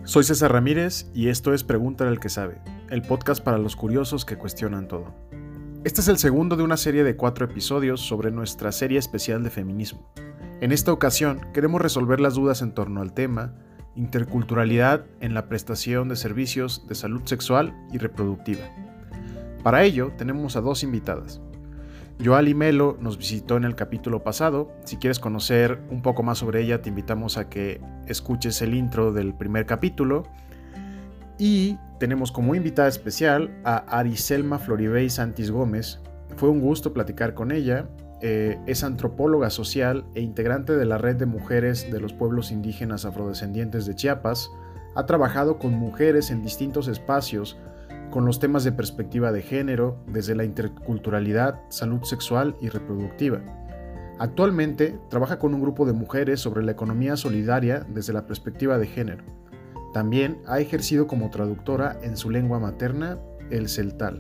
Soy César Ramírez y esto es Pregúntale al que sabe, el podcast para los curiosos que cuestionan todo. Este es el segundo de una serie de 4 episodios sobre nuestra serie especial de feminismo. En esta ocasión queremos resolver las dudas en torno al tema interculturalidad en la prestación de servicios de salud sexual y reproductiva. Para ello tenemos a 2 invitadas. Yoali Melo nos visitó en el capítulo pasado. Si quieres conocer un poco más sobre ella, te invitamos a que escuches el intro del primer capítulo. Y tenemos como invitada especial a Ariselma Floribey Santis Gómez. Fue un gusto platicar con ella. Es antropóloga social e integrante de la Red de Mujeres de los Pueblos Indígenas Afrodescendientes de Chiapas. Ha trabajado con mujeres en distintos espacios con los temas de perspectiva de género, desde la interculturalidad, salud sexual y reproductiva. Actualmente trabaja con un grupo de mujeres sobre la economía solidaria desde la perspectiva de género. También ha ejercido como traductora en su lengua materna, el celtal.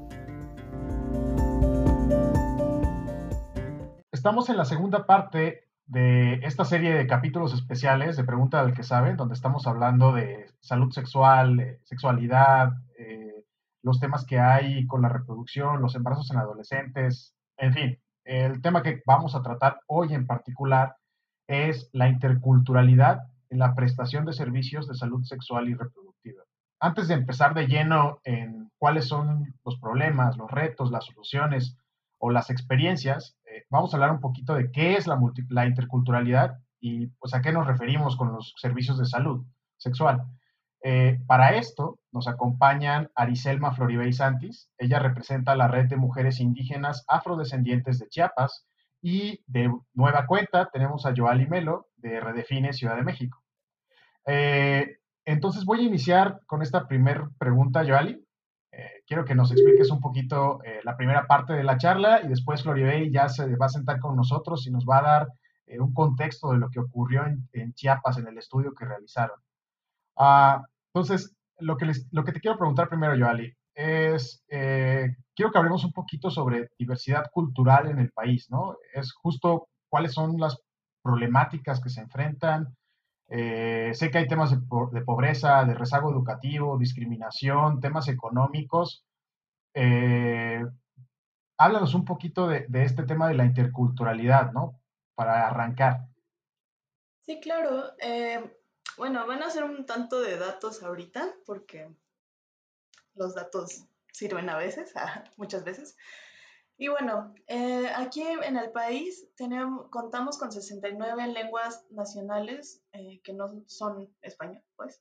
Estamos en la segunda parte de esta serie de capítulos especiales de Pregunta al que sabe, donde estamos hablando de salud sexual, sexualidad, los temas que hay con la reproducción, los embarazos en adolescentes, en fin. El tema que vamos a tratar hoy en particular es la interculturalidad en la prestación de servicios de salud sexual y reproductiva. Antes de empezar de lleno en cuáles son los problemas, los retos, las soluciones o las experiencias, vamos a hablar un poquito de qué es la interculturalidad y pues a qué nos referimos con los servicios de salud sexual. Para esto nos acompañan Ariselma Floribey Santis. Ella representa la Red de Mujeres Indígenas Afrodescendientes de Chiapas, y de nueva cuenta tenemos a Yoali Melo de Redefine Ciudad de México. Entonces voy a iniciar con esta primera pregunta, Yoali. Quiero que nos expliques un poquito la primera parte de la charla y después Floribey ya se va a sentar con nosotros y nos va a dar un contexto de lo que ocurrió en Chiapas en el estudio que realizaron. Entonces, lo que te quiero preguntar primero, Yoali, es, quiero que hablemos un poquito sobre diversidad cultural en el país, ¿no? Es justo cuáles son las problemáticas que se enfrentan. Sé que hay temas de pobreza, de rezago educativo, discriminación, temas económicos. Eh, Háblanos un poquito de este tema de la interculturalidad, ¿no? Para arrancar. Sí, claro. Bueno, van a ser un tanto de datos ahorita, porque los datos sirven a veces, muchas veces. Y bueno, aquí en el país contamos con 69 lenguas nacionales que no son español, pues.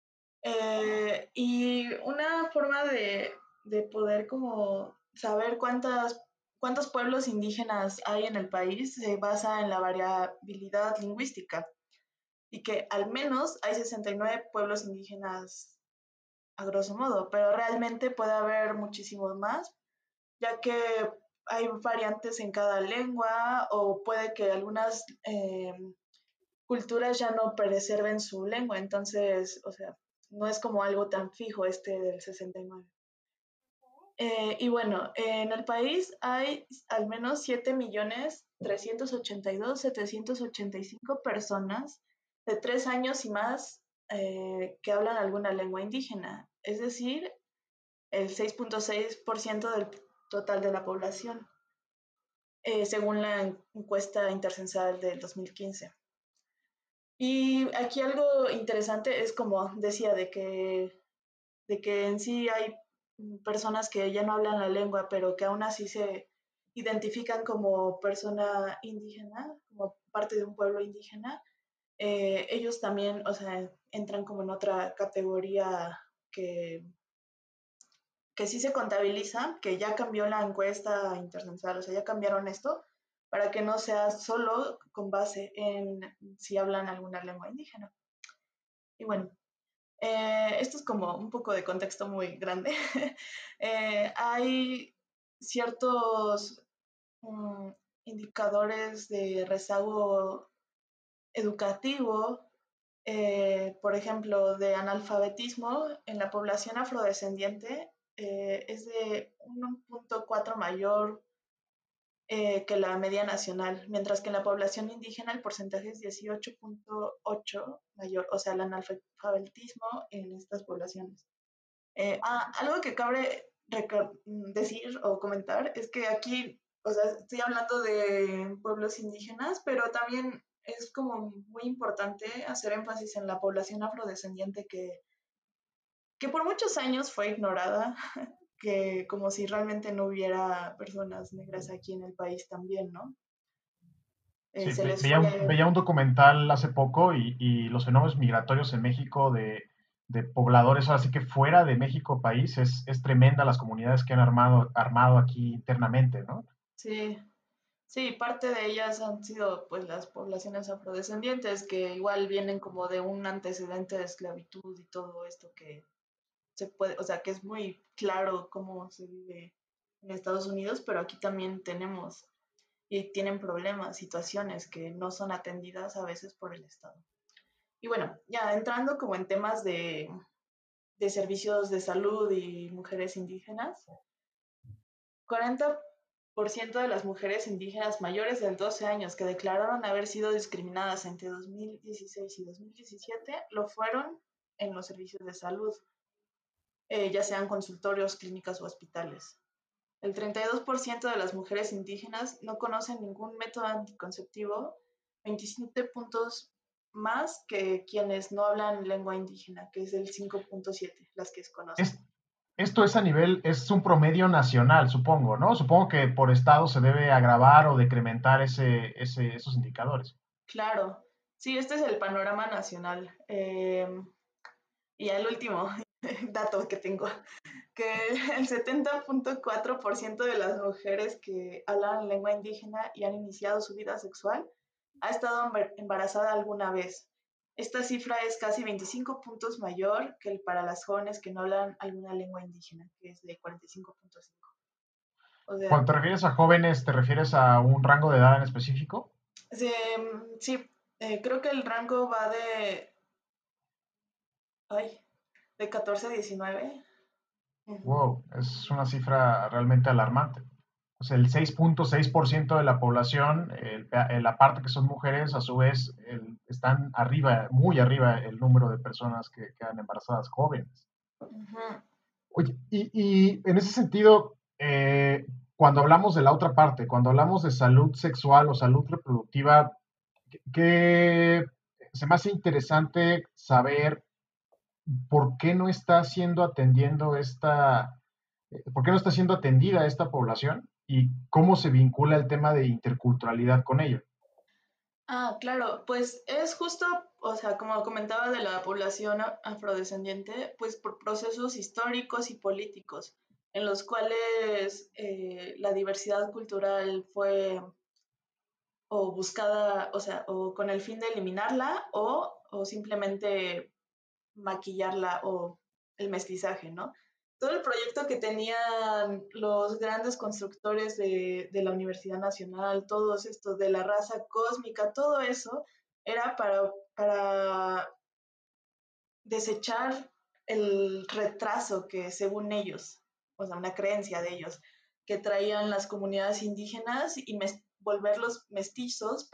Y una forma de poder como saber cuántos pueblos indígenas hay en el país se basa en la variabilidad lingüística y que al menos hay 69 pueblos indígenas a grosso modo, pero realmente puede haber muchísimos más, ya que hay variantes en cada lengua o puede que algunas culturas ya no preserven su lengua, entonces, o sea, no es como algo tan fijo este del 69. Y bueno, en el país hay al menos 7.382.785 personas de 3 años y más que hablan alguna lengua indígena, es decir, el 6.6% del total de la población, según la encuesta intercensal del 2015. Y aquí algo interesante es como decía, de que en sí hay personas que ya no hablan la lengua, pero que aún así se identifican como persona indígena, como parte de un pueblo indígena. Ellos también, o sea, entran como en otra categoría que, que sí se contabiliza, que ya cambió la encuesta internacional, o sea, ya cambiaron esto para que no sea solo con base en si hablan alguna lengua indígena. Y bueno, esto es como un poco de contexto muy grande. Hay ciertos um, indicadores de rezago educativo, por ejemplo, de analfabetismo en la población afrodescendiente es de 1.4 mayor que la media nacional, mientras que en la población indígena el porcentaje es 18.8 mayor, o sea, el analfabetismo en estas poblaciones. Algo que cabe decir o comentar es que aquí, o sea, estoy hablando de pueblos indígenas, pero también es como muy importante hacer énfasis en la población afrodescendiente que por muchos años fue ignorada, que como si realmente no hubiera personas negras aquí en el país también, ¿no? Sí, Se les fue, veía un documental hace poco y los fenómenos migratorios en México de pobladores, ahora sí que fuera de México país, es tremenda las comunidades que han armado aquí internamente, ¿no? sí, sí, parte de ellas han sido pues las poblaciones afrodescendientes que igual vienen como de un antecedente de esclavitud y todo esto que se puede, o sea, que es muy claro cómo se vive en Estados Unidos, pero aquí también tenemos y tienen problemas, situaciones que no son atendidas a veces por el Estado. Y bueno, ya entrando como en temas de servicios de salud y mujeres indígenas, 40% de las mujeres indígenas mayores de 12 años que declararon haber sido discriminadas entre 2016 y 2017 lo fueron en los servicios de salud, ya sean consultorios, clínicas o hospitales. El 32% de las mujeres indígenas no conocen ningún método anticonceptivo, 27 puntos más que quienes no hablan lengua indígena, que es el 5.7, las que conocen. Es, esto es a nivel, es un promedio nacional, supongo, ¿no? Supongo que por estado se debe agravar o decrementar esos indicadores. Claro, sí, este es el panorama nacional. Y el último dato que tengo, que el 70.4% de las mujeres que hablan lengua indígena y han iniciado su vida sexual ha estado embarazada alguna vez. Esta cifra es casi 25 puntos mayor que el para las jóvenes que no hablan alguna lengua indígena, que es de 45.5. O sea, Cuando te refieres a jóvenes, ¿te refieres a un rango de edad en específico? sí, creo que el rango va ay, de 14 a 19. Uh-huh. Wow, es una cifra realmente alarmante. O sea, el 6.6% de la población, la parte que son mujeres, a su vez, están arriba, muy arriba el número de personas que quedan embarazadas jóvenes. Uh-huh. Oye, y en ese sentido, cuando hablamos de la otra parte, cuando hablamos de salud sexual o salud reproductiva, que se me hace interesante saber por qué no está siendo atendiendo por qué no está siendo atendida esta población y cómo se vincula el tema de interculturalidad con ello. Claro, pues es justo, o sea, como comentaba de la población afrodescendiente, pues por procesos históricos y políticos, en los cuales la diversidad cultural fue o buscada, o sea, o con el fin de eliminarla o simplemente maquillarla o el mestizaje, ¿no? Todo el proyecto que tenían los grandes constructores de la Universidad Nacional, todos estos de la raza cósmica, todo eso era para desechar el retraso que según ellos, o sea, una creencia de ellos, que traían las comunidades indígenas y volverlos mestizos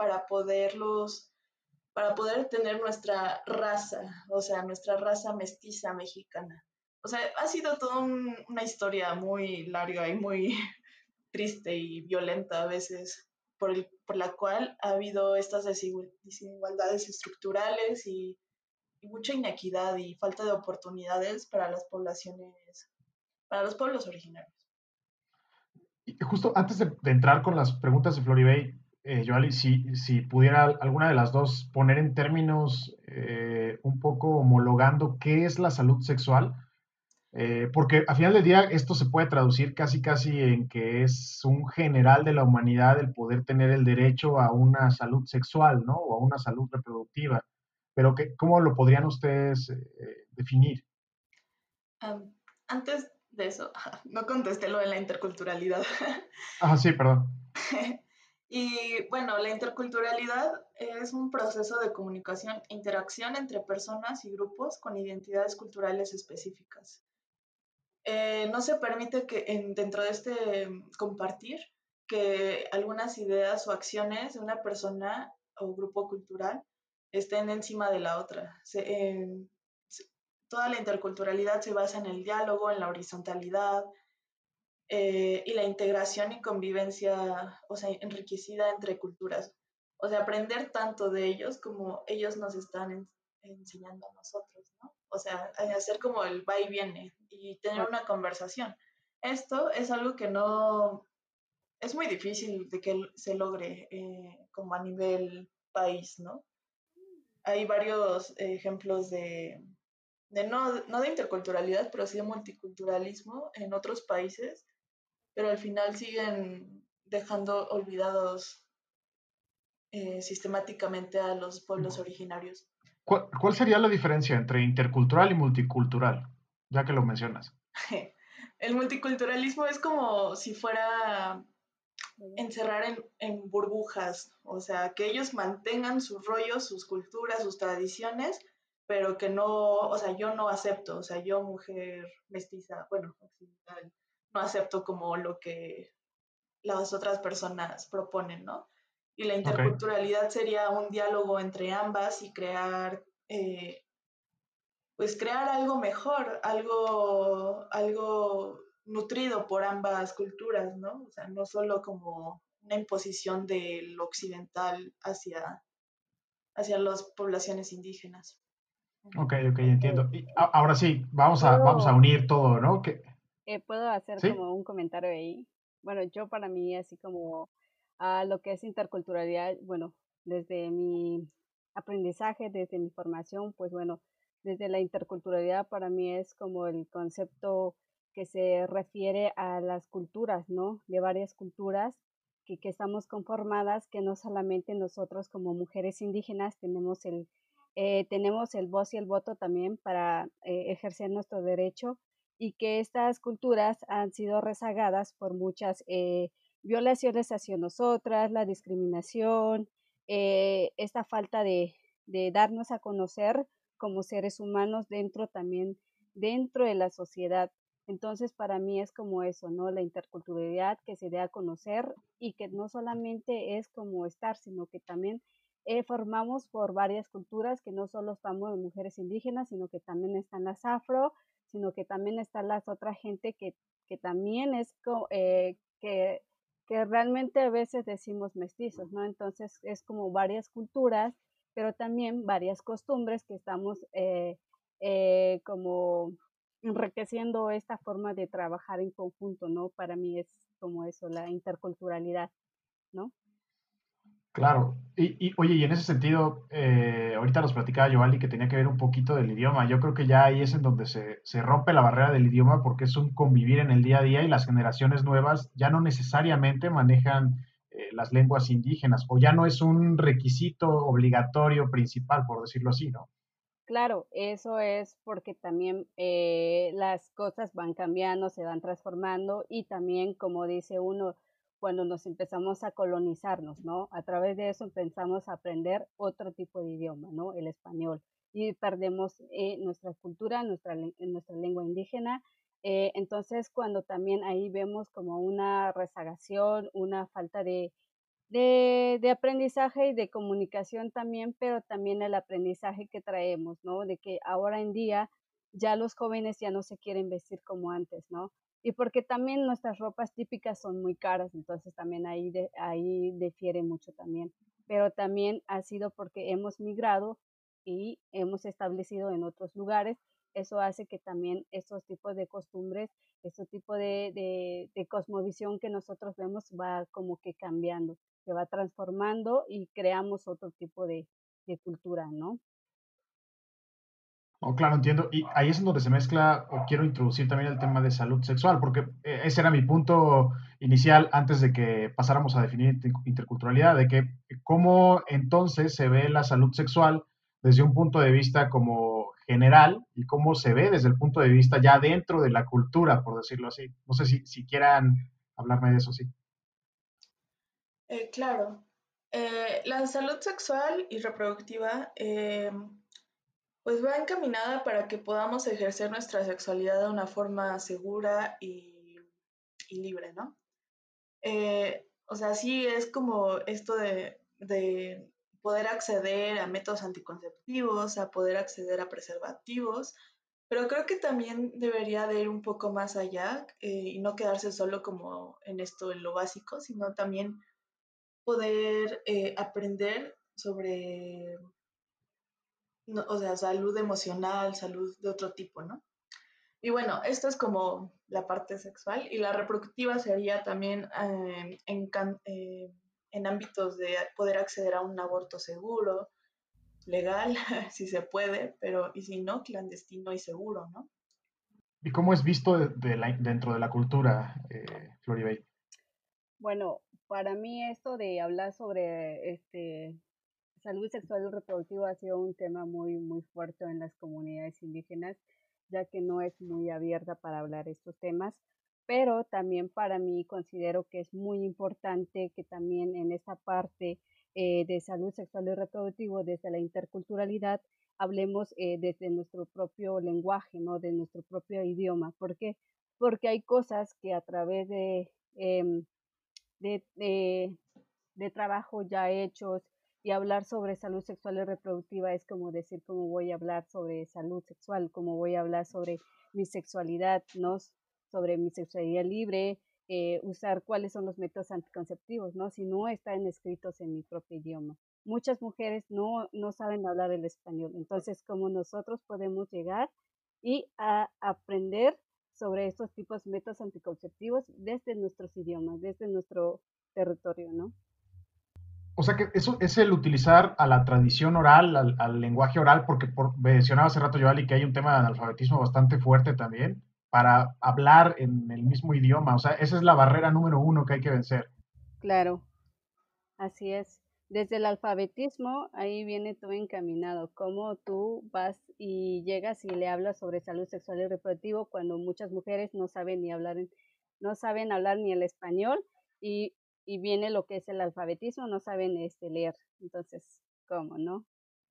para poder tener nuestra raza, o sea, nuestra raza mestiza mexicana. O sea, ha sido toda una historia muy larga y muy triste y violenta a veces, por la cual ha habido estas desigualdades estructurales y mucha inequidad y falta de oportunidades para las poblaciones, para los pueblos originarios. Y justo antes de entrar con las preguntas de Floribay, Joali, si pudiera alguna de las dos poner en términos un poco homologando qué es la salud sexual, porque al final del día esto se puede traducir casi casi en que es un general de la humanidad el poder tener el derecho a una salud sexual, ¿no? O a una salud reproductiva. Pero ¿cómo lo podrían ustedes definir? Um, Antes de eso, no contesté lo de la interculturalidad. Ah, sí, perdón. Y bueno, la interculturalidad es un proceso de comunicación e interacción entre personas y grupos con identidades culturales específicas. No se permite que dentro de este compartir que algunas ideas o acciones de una persona o grupo cultural estén encima de la otra. Toda la interculturalidad se basa en el diálogo, en la horizontalidad, y la integración y convivencia, o sea, enriquecida entre culturas. O sea, aprender tanto de ellos como ellos nos están enseñando a nosotros, ¿no? O sea, hacer como el va y viene y tener una conversación. Esto es algo que no, es muy difícil de que se logre como a nivel país, ¿no? Hay varios ejemplos de no de interculturalidad, pero sí de multiculturalismo en otros países, pero al final siguen dejando olvidados sistemáticamente a los pueblos originarios. ¿Cuál sería la diferencia entre intercultural y multicultural? Ya que lo mencionas. El multiculturalismo es como si fuera encerrar en burbujas, o sea, que ellos mantengan sus rollos, sus culturas, sus tradiciones, pero que no, o sea, yo no acepto, o sea, yo mujer mestiza, bueno, occidental, no acepto como lo que las otras personas proponen, ¿no? Y la Ok. interculturalidad sería un diálogo entre ambas y pues crear algo mejor, algo nutrido por ambas culturas, ¿no? O sea, no solo como una imposición del occidental hacia las poblaciones indígenas. Ok, ok, entiendo. Y ahora sí, vamos a ¿Puedo, unir todo, ¿no? puedo hacer ¿Sí? como un comentario ahí? Bueno, yo para mí, así como a lo que es interculturalidad, bueno, desde mi aprendizaje, desde mi formación, pues bueno, desde la interculturalidad para mí es como el concepto que se refiere a las culturas, ¿no? De varias culturas que estamos conformadas, que no solamente nosotros como mujeres indígenas tenemos el voz y el voto también para ejercer nuestro derecho y que estas culturas han sido rezagadas por muchas violaciones hacia nosotras, la discriminación, esta falta de darnos a conocer como seres humanos dentro también, dentro de la sociedad. Entonces, para mí es como eso, ¿no? La interculturalidad que se dé a conocer y que no solamente es como estar, sino que también formamos por varias culturas, que no solo estamos mujeres indígenas, sino que también están las afro, sino que también está la otra gente que también es que realmente a veces decimos mestizos, ¿no? Entonces es como varias culturas, pero también varias costumbres que estamos como enriqueciendo esta forma de trabajar en conjunto, ¿no? Para mí es como eso, la interculturalidad, ¿no? Claro. Oye, y en ese sentido, ahorita nos platicaba Giovanni que tenía que ver un poquito del idioma. Yo creo que ya ahí es en donde se rompe la barrera del idioma porque es un convivir en el día a día y las generaciones nuevas ya no necesariamente manejan las lenguas indígenas o ya no es un requisito obligatorio principal, por decirlo así, ¿no? Claro, eso es porque también las cosas van cambiando, se van transformando y también, como dice uno, cuando nos empezamos a colonizarnos, ¿no? A través de eso empezamos a aprender otro tipo de idioma, ¿no? El español. Y perdemos nuestra cultura, nuestra lengua indígena. Entonces, cuando también ahí vemos como una rezagación, una falta de aprendizaje y de comunicación también, pero también el aprendizaje que traemos, ¿no? De que ahora en día ya los jóvenes ya no se quieren vestir como antes, ¿no? Y porque también nuestras ropas típicas son muy caras, entonces también ahí difiere mucho también. Pero también ha sido porque hemos migrado y hemos establecido en otros lugares. Eso hace que también estos tipos de costumbres, este tipo de cosmovisión que nosotros vemos va como que cambiando, se va transformando y creamos otro tipo de cultura, ¿no? Oh, claro, entiendo. Y ahí es en donde se mezcla, o quiero introducir también el tema de salud sexual, porque ese era mi punto inicial antes de que pasáramos a definir interculturalidad, de que cómo entonces se ve la salud sexual desde un punto de vista como general y cómo se ve desde el punto de vista ya dentro de la cultura, por decirlo así. No sé si quieran hablarme de eso, sí. Claro, la salud sexual y reproductiva pues va encaminada para que podamos ejercer nuestra sexualidad de una forma segura y libre, ¿no? O sea, sí es como esto de poder acceder a métodos anticonceptivos, a poder acceder a preservativos, pero creo que también debería de ir un poco más allá y no quedarse solo como en esto, en lo básico, sino también poder aprender sobre, o sea, salud emocional, salud de otro tipo, ¿no? Y bueno, esto es como la parte sexual y la reproductiva sería también en ámbitos de poder acceder a un aborto seguro, legal, si se puede, pero y si no, clandestino y seguro, ¿no? ¿Y cómo es visto dentro de la cultura, Floribey? Bueno, para mí esto de hablar sobre salud sexual y reproductiva ha sido un tema muy fuerte en las comunidades indígenas, ya que no es muy abierta para hablar estos temas, pero también para mí considero que es muy importante que también en esta parte de salud sexual y reproductivo, desde la interculturalidad, hablemos desde nuestro propio lenguaje, ¿no? De nuestro propio idioma. ¿Por qué? Porque hay cosas que a través em, de, de, de trabajo ya hechos y hablar sobre salud sexual y reproductiva es como decir cómo voy a hablar sobre salud sexual, cómo voy a hablar sobre mi sexualidad, ¿no? Sobre mi sexualidad libre, usar cuáles son los métodos anticonceptivos, ¿no? Si no están escritos en mi propio idioma. Muchas mujeres no saben hablar el español, entonces, ¿cómo nosotros podemos llegar y a aprender sobre estos tipos de métodos anticonceptivos desde nuestros idiomas, desde nuestro territorio, ¿no? O sea que eso es el utilizar a la tradición oral, al lenguaje oral, porque mencionaba hace rato, Joali, que hay un tema de analfabetismo bastante fuerte también, para hablar en el mismo idioma. O sea, esa es la barrera número uno que hay que vencer. Claro, así es. Desde el alfabetismo, ahí viene todo encaminado. Cómo tú vas y llegas y le hablas sobre salud sexual y reproductivo cuando muchas mujeres no saben ni hablar, no saben hablar ni el español y, y viene lo que es el alfabetismo, no saben leer. Entonces, ¿cómo, no?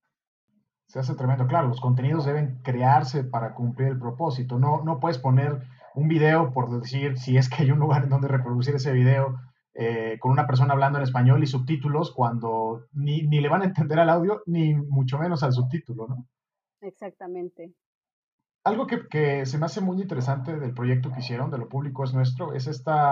Se hace tremendo. Claro, los contenidos deben crearse para cumplir el propósito. No puedes poner un video por decir si es que hay un lugar en donde reproducir ese video con una persona hablando en español y subtítulos cuando ni le van a entender al audio ni mucho menos al subtítulo, ¿no? Exactamente. Algo que se me hace muy interesante del proyecto que hicieron, de Lo Público es Nuestro, es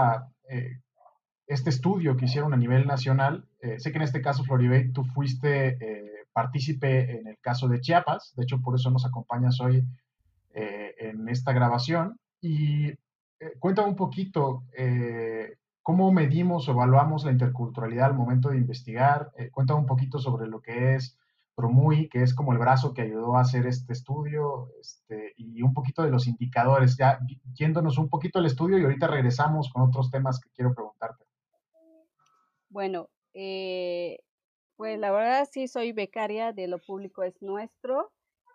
este estudio que hicieron a nivel nacional. Sé que en este caso, Floribey, tú fuiste partícipe en el caso de Chiapas, de hecho por eso nos acompañas hoy en esta grabación. Y cuéntame un poquito cómo medimos o evaluamos la interculturalidad al momento de investigar. Cuéntame un poquito sobre lo que es Promui, que es como el brazo que ayudó a hacer este estudio, y un poquito de los indicadores, ya yéndonos un poquito al estudio y ahorita regresamos con otros temas que quiero preguntarte. Bueno, pues la verdad sí soy becaria de Lo Público es Nuestro.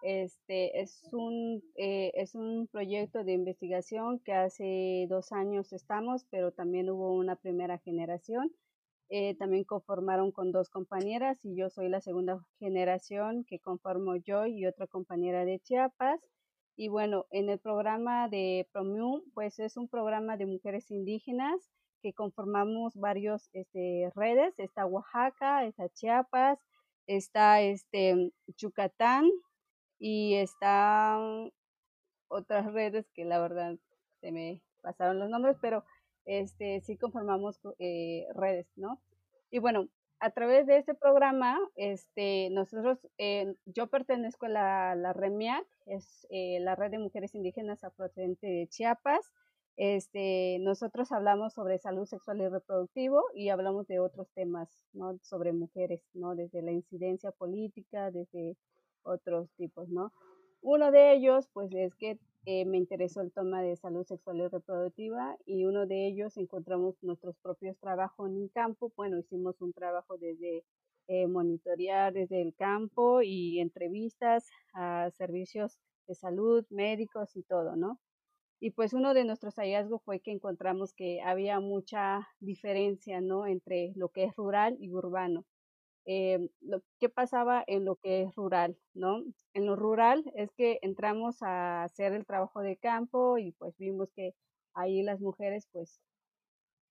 Es un proyecto de investigación que hace 2 años estamos, pero también hubo una primera generación. También conformaron con dos compañeras y yo soy la segunda generación que conformo yo y otra compañera de Chiapas. Y bueno, en el programa de Promium, pues es un programa de mujeres indígenas que conformamos varios redes. Está Oaxaca, está Chiapas, está Yucatán y está otras redes que la verdad se me pasaron los nombres, pero sí conformamos redes, ¿no? Y bueno, a través de este programa, nosotros, yo pertenezco a la REMIAC, es la Red de Mujeres Indígenas Afrodescendientes de Chiapas. Nosotros hablamos sobre salud sexual y reproductivo y hablamos de otros temas, ¿no? Sobre mujeres, ¿no? Desde la incidencia política, desde otros tipos, ¿no? Uno de ellos, pues, es que me interesó el tema de salud sexual y reproductiva y uno de ellos encontramos nuestros propios trabajos en el campo. Bueno, hicimos un trabajo desde monitorear desde el campo y entrevistas a servicios de salud, médicos y todo, ¿no? Y pues uno de nuestros hallazgos fue que encontramos que había mucha diferencia, ¿no? Entre lo que es rural y urbano. ¿Qué pasaba en lo que es rural, no? En lo rural es que entramos a hacer el trabajo de campo y pues vimos que ahí las mujeres pues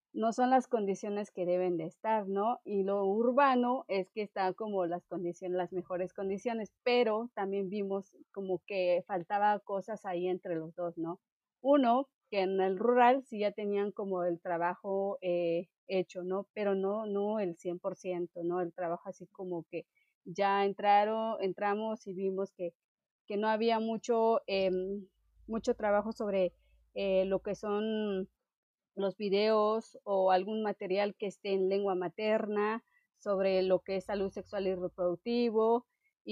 no son las condiciones que deben de estar, ¿no? Y lo urbano es que están como las condiciones, las mejores condiciones, pero también vimos como que faltaba cosas ahí entre los dos, ¿no? Uno, que en el rural sí ya tenían como el trabajo hecho, ¿no? Pero no el 100%, ¿no? El trabajo así como que ya entramos y vimos que no había mucho trabajo sobre lo que son los videos o algún material que esté en lengua materna sobre lo que es salud sexual y reproductivo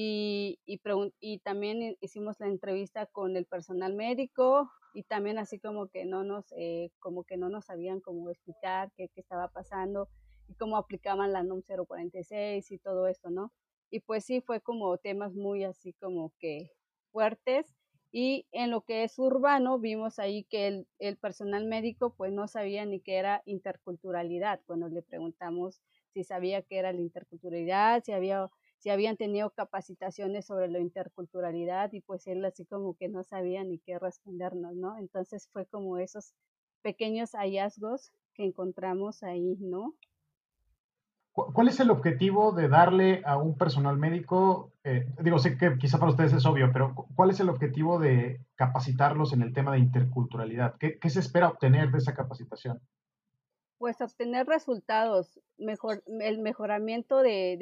y también hicimos la entrevista con el personal médico y también así como que no nos sabían cómo explicar qué estaba pasando y cómo aplicaban la NOM 046 y todo esto, ¿no? Y pues sí, fue como temas muy así como que fuertes y en lo que es urbano, vimos ahí que el personal médico pues no sabía ni qué era interculturalidad. Cuando le preguntamos si sabía qué era la interculturalidad, si habían tenido capacitaciones sobre la interculturalidad y pues él así como que no sabía ni qué respondernos, ¿no? Entonces fue como esos pequeños hallazgos que encontramos ahí, ¿no? ¿Cuál es el objetivo de darle a un personal médico? Digo, sé que quizá para ustedes es obvio, pero ¿cuál es el objetivo de capacitarlos en el tema de interculturalidad? ¿Qué se espera obtener de esa capacitación? Pues obtener resultados, el mejoramiento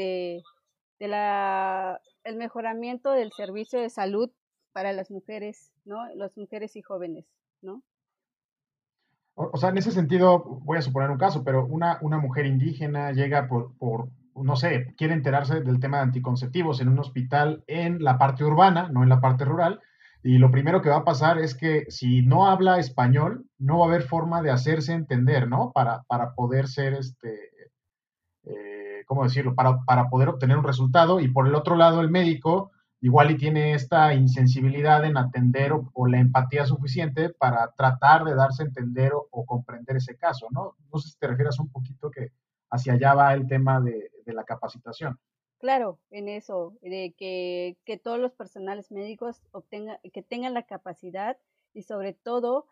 el mejoramiento del servicio de salud para las mujeres, ¿no? Las mujeres y jóvenes, ¿no? O sea, en ese sentido, voy a suponer un caso, pero una mujer indígena llega no sé, quiere enterarse del tema de anticonceptivos en un hospital en la parte urbana, no en la parte rural, y lo primero que va a pasar es que si no habla español, no va a haber forma de hacerse entender, ¿no? Para poder ser ¿cómo decirlo? Para poder obtener un resultado. Y por el otro lado, el médico igual y tiene esta insensibilidad en atender o la empatía suficiente para tratar de darse a entender o comprender ese caso, ¿no? No sé si te refieres un poquito que hacia allá va el tema de la capacitación. Claro, en eso, de que todos los personales médicos que tengan la capacidad y sobre todo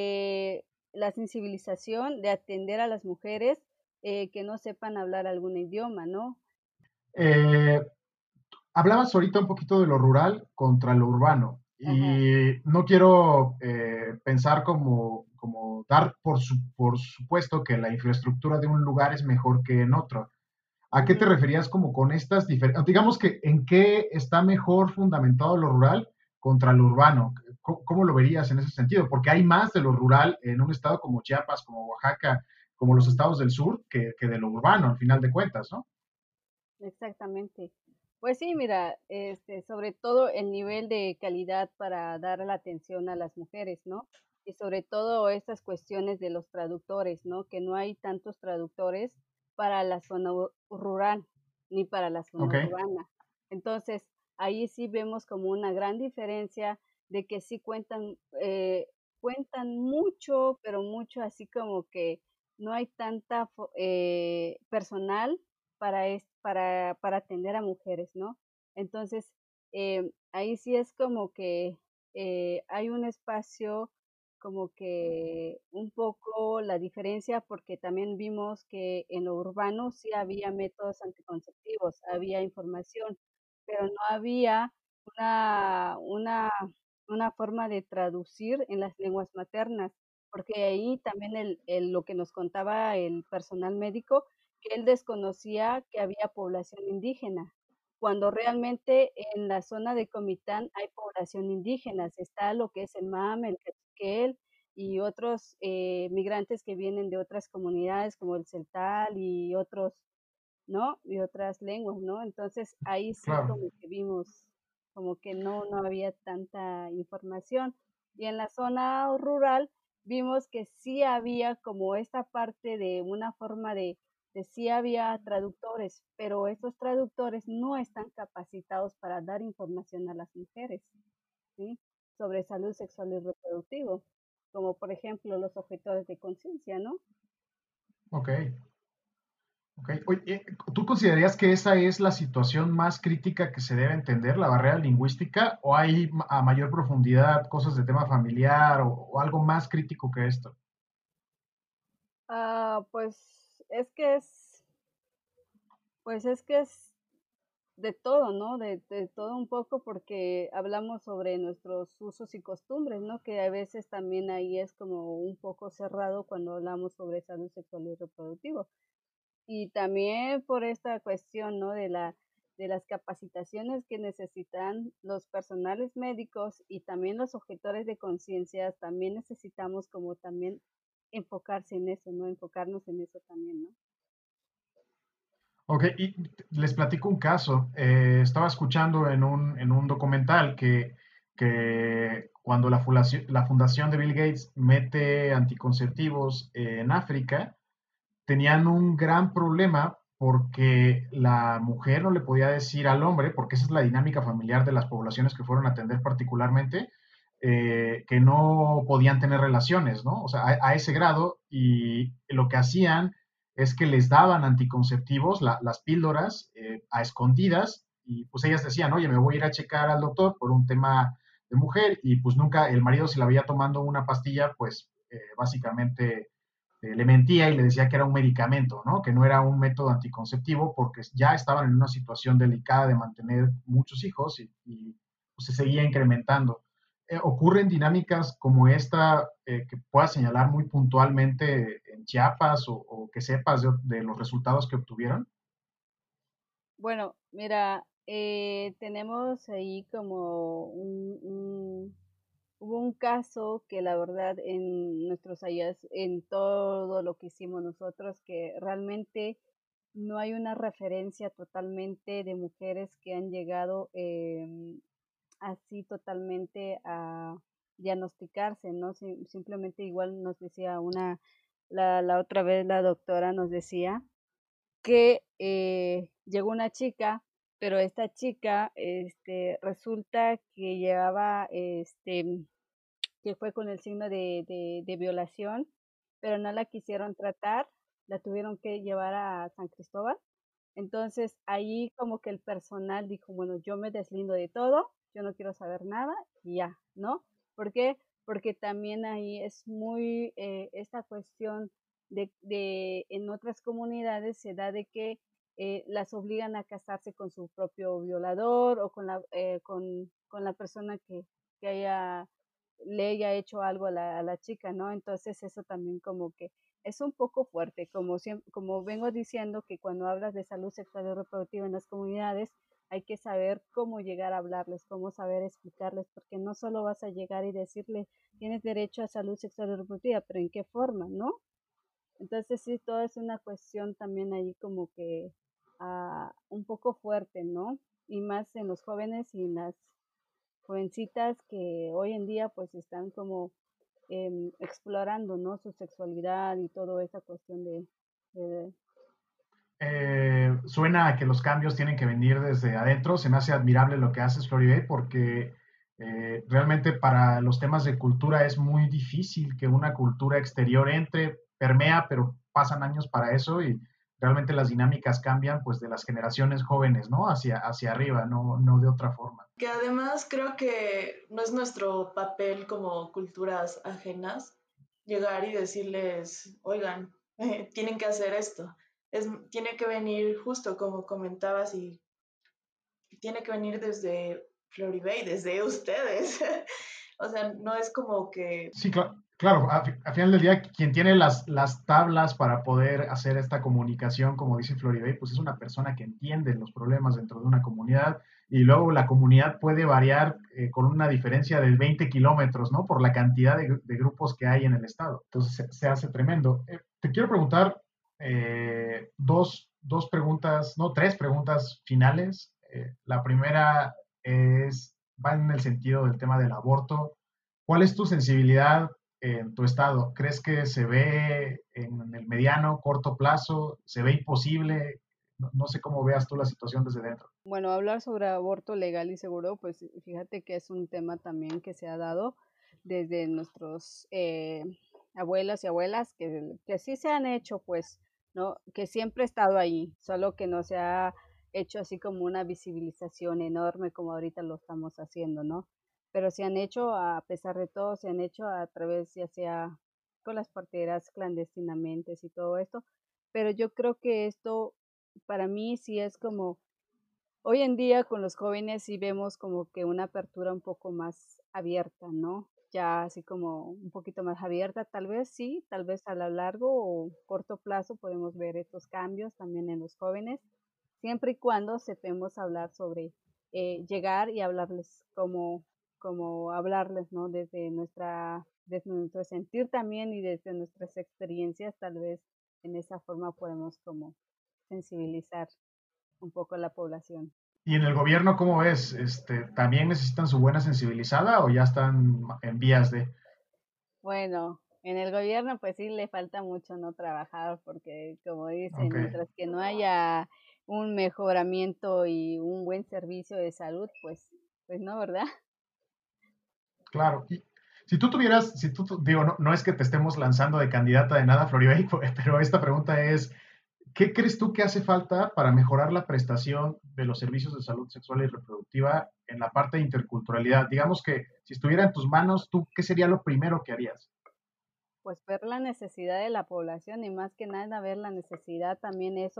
la sensibilización de atender a las mujeres que no sepan hablar algún idioma, ¿no? Eh, Hablabas ahorita un poquito de lo rural contra lo urbano Ajá. y no quiero pensar como dar por supuesto que la infraestructura de un lugar es mejor que en otro. ¿A qué te Ujú. referías como con estas diferencias? Digamos que en qué está mejor fundamentado lo rural contra lo urbano. ¿Cómo lo verías en ese sentido? Porque hay más de lo rural en un estado como Chiapas, como Oaxaca, como los estados del sur, que de lo urbano, al final de cuentas, ¿no? Exactamente. Pues sí, mira, sobre todo el nivel de calidad para dar la atención a las mujeres, ¿no? Y sobre todo estas cuestiones de los traductores, ¿no? Que no hay tantos traductores para la zona rural ni para la zona Ok. urbana. Entonces, ahí sí vemos como una gran diferencia de que sí cuentan mucho, pero mucho así como que no hay tanta personal para atender a mujeres, ¿no? Entonces, ahí sí es como que hay un espacio como que un poco la diferencia porque también vimos que en lo urbano sí había métodos anticonceptivos, había información, pero no había una, una, una forma de traducir en las lenguas maternas, porque ahí también lo que nos contaba el personal médico que él desconocía que había población indígena, cuando realmente en la zona de Comitán hay población indígena, está lo que es el MAM, el Cachiquel y otros migrantes que vienen de otras comunidades como el Celtal y otros, ¿no? Y otras lenguas, ¿no? Entonces ahí sí Claro. como que vimos como que no había tanta información. Y en la zona rural vimos que sí había como esta parte de una forma de sí había traductores, pero estos traductores no están capacitados para dar información a las mujeres, ¿sí? Sobre salud sexual y reproductivo, como por ejemplo los objetores de conciencia, ¿no? Ok. Ok. Oye, ¿tú considerarías que esa es la situación más crítica que se debe entender, la barrera lingüística, o hay a mayor profundidad cosas de tema familiar o algo más crítico que esto? Pues es que es de todo, ¿no? De todo un poco porque hablamos sobre nuestros usos y costumbres, ¿no? Que a veces también ahí es como un poco cerrado cuando hablamos sobre salud sexual y reproductiva. Y también por esta cuestión, ¿no? De las capacitaciones que necesitan los personales médicos y también los objetores de conciencias, también necesitamos como también enfocarse en eso, ¿no? Enfocarnos en eso también, ¿no? Ok, y les platico un caso. Estaba escuchando en un documental que cuando la fundación de Bill Gates mete anticonceptivos en África, tenían un gran problema porque la mujer no le podía decir al hombre, porque esa es la dinámica familiar de las poblaciones que fueron a atender particularmente, que no podían tener relaciones, ¿no? O sea, a ese grado, y lo que hacían es que les daban anticonceptivos, las píldoras, a escondidas, y pues ellas decían, oye, me voy a ir a checar al doctor por un tema de mujer, y pues nunca el marido se la veía tomando una pastilla, pues básicamente le mentía y le decía que era un medicamento, ¿no? Que no era un método anticonceptivo porque ya estaban en una situación delicada de mantener muchos hijos y pues, se seguía incrementando. ¿Ocurren dinámicas como esta que puedas señalar muy puntualmente en Chiapas o que sepas de los resultados que obtuvieron? Bueno, mira, tenemos ahí como hubo un caso que la verdad en nuestros en todo lo que hicimos nosotros, que realmente no hay una referencia totalmente de mujeres que han llegado así totalmente a diagnosticarse, ¿no? Simplemente igual nos decía la otra vez la doctora nos decía que llegó una chica, pero esta chica, resulta que llevaba, que fue con el signo de violación, pero no la quisieron tratar, la tuvieron que llevar a San Cristóbal. Entonces ahí como que el personal dijo, bueno, yo me deslindo de todo, yo no quiero saber nada y ya, ¿no? ¿Por qué? Porque también ahí es muy esta cuestión en otras comunidades se da de que las obligan a casarse con su propio violador o con la persona que le haya hecho algo a la chica, ¿no? Entonces eso también como que es un poco fuerte, como vengo diciendo que cuando hablas de salud sexual y reproductiva en las comunidades, hay que saber cómo llegar a hablarles, cómo saber explicarles, porque no solo vas a llegar y decirle, tienes derecho a salud sexual y reproductiva, pero ¿en qué forma, no? Entonces sí, todo es una cuestión también ahí como que un poco fuerte, ¿no? Y más en los jóvenes y en las jovencitas que hoy en día pues están como explorando, ¿no? Su sexualidad y toda esa cuestión de- Suena a que los cambios tienen que venir desde adentro. Se me hace admirable lo que haces, Floribé, porque realmente para los temas de cultura es muy difícil que una cultura exterior entre, permea, pero pasan años para eso y realmente las dinámicas cambian pues de las generaciones jóvenes, ¿no? Hacia arriba, no de otra forma. Que además creo que no es nuestro papel como culturas ajenas llegar y decirles, oigan, tienen que hacer esto. Tiene que venir justo como comentabas y tiene que venir desde Floribay, desde ustedes. O sea, no es como que Sí, claro, a final del día, quien tiene las tablas para poder hacer esta comunicación, como dice Floribay, pues es una persona que entiende los problemas dentro de una comunidad y luego la comunidad puede variar con una diferencia de 20 kilómetros, ¿no? Por la cantidad de grupos que hay en el estado. Entonces se hace tremendo. Te quiero preguntar dos preguntas, no, tres preguntas finales. La primera va en el sentido del tema del aborto. ¿Cuál es tu sensibilidad en tu estado? ¿Crees que se ve en el mediano, corto plazo? ¿Se ve imposible? No sé cómo veas tú la situación desde dentro. bueno, hablar sobre aborto legal y seguro, pues fíjate que es un tema también que se ha dado desde nuestros abuelos y abuelas, que sí se han hecho, pues, ¿no? Que siempre ha estado ahí, solo que no se ha hecho así como una visibilización enorme como ahorita lo estamos haciendo, ¿no? Pero se han hecho, a pesar de todo, se han hecho a través ya sea con las parteras clandestinamente y todo esto, pero yo creo que esto para mí sí es como, hoy en día con los jóvenes sí vemos como que una apertura un poco más abierta, ¿no? Ya así como un poquito más abierta, tal vez sí, tal vez a lo largo o corto plazo podemos ver estos cambios también en los jóvenes, siempre y cuando sepamos hablar sobre llegar y hablarles como hablarles, ¿no? Desde nuestro sentir también y desde nuestras experiencias, tal vez en esa forma podemos como sensibilizar un poco a la población. ¿Y en el gobierno cómo ves? ¿También necesitan su buena sensibilizada o ya están en vías de? Bueno, en el gobierno pues sí le falta mucho no trabajar porque como dicen, Ok, mientras que no haya un mejoramiento y un buen servicio de salud, pues no, ¿verdad? claro. Y si tú tuvieras, digo, no, no es que te estemos lanzando de candidata de nada, Floribel, pero esta pregunta es, ¿qué crees tú que hace falta para mejorar la prestación de los servicios de salud sexual y reproductiva en la parte de interculturalidad? Digamos que si estuviera en tus manos, ¿tú qué sería lo primero que harías? Pues ver la necesidad de la población y más que nada ver la necesidad también eso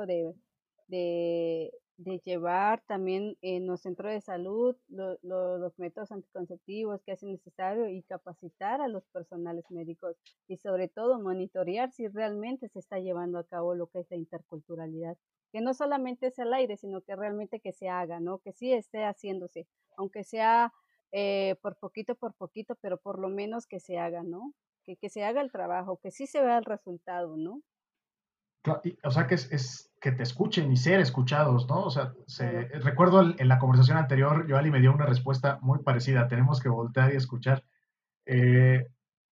de llevar también en los centros de salud los métodos anticonceptivos que hacen necesario y capacitar a los personales médicos y sobre todo monitorear si realmente se está llevando a cabo lo que es la interculturalidad, que no solamente es al aire, sino que realmente que se haga, ¿no? Que sí esté haciéndose, aunque sea por poquito, pero por lo menos que se haga, ¿no? Que se haga el trabajo, que sí se vea el resultado, ¿no? O sea, que es que te escuchen y ser escuchados, ¿no? O sea, Claro. recuerdo en la conversación anterior, Joali me dio una respuesta muy parecida. Tenemos que voltear y escuchar. Eh,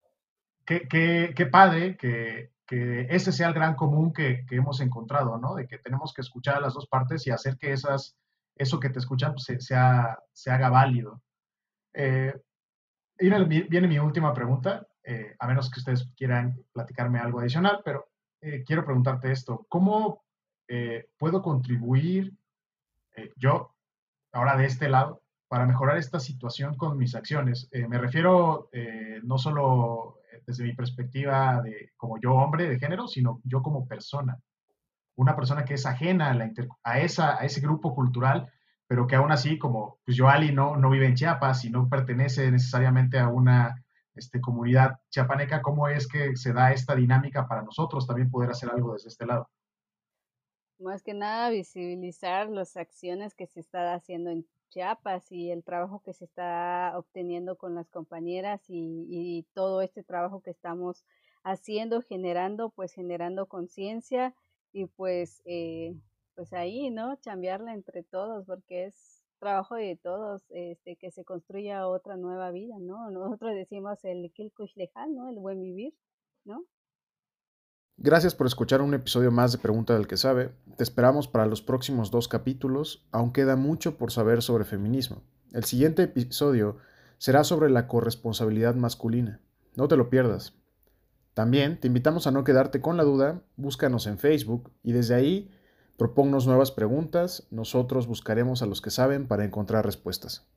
qué padre que ese sea el gran común que hemos encontrado, ¿no? De que tenemos que escuchar a las dos partes y hacer que eso que te escuchan pues, se haga válido. Eh, viene mi última pregunta, a menos que ustedes quieran platicarme algo adicional, pero quiero preguntarte esto. ¿Cómo puedo contribuir yo, ahora de este lado, para mejorar esta situación con mis acciones? Me refiero no solo desde mi perspectiva de como yo hombre de género, sino yo como persona. Una persona que es ajena a ese grupo cultural, pero que aún así, como pues Joali no vive en Chiapas y no pertenece necesariamente a una comunidad chiapaneca, ¿cómo es que se da esta dinámica para nosotros también poder hacer algo desde este lado? Más que nada visibilizar las acciones que se está haciendo en Chiapas y el trabajo que se está obteniendo con las compañeras y todo este trabajo que estamos haciendo, generando conciencia y pues ahí, ¿no? Chambearla entre todos porque es trabajo de todos, que se construya otra nueva vida, ¿no? Nosotros decimos el Kilkush Leján, ¿no? El buen vivir, ¿no? Gracias por escuchar un episodio más de Pregunta del que sabe. Te esperamos para los próximos 2 capítulos. Aún queda mucho por saber sobre feminismo. El siguiente episodio será sobre la corresponsabilidad masculina. No te lo pierdas. También te invitamos a no quedarte con la duda, búscanos en Facebook y desde ahí propónnos nuevas preguntas. Nosotros buscaremos a los que saben para encontrar respuestas.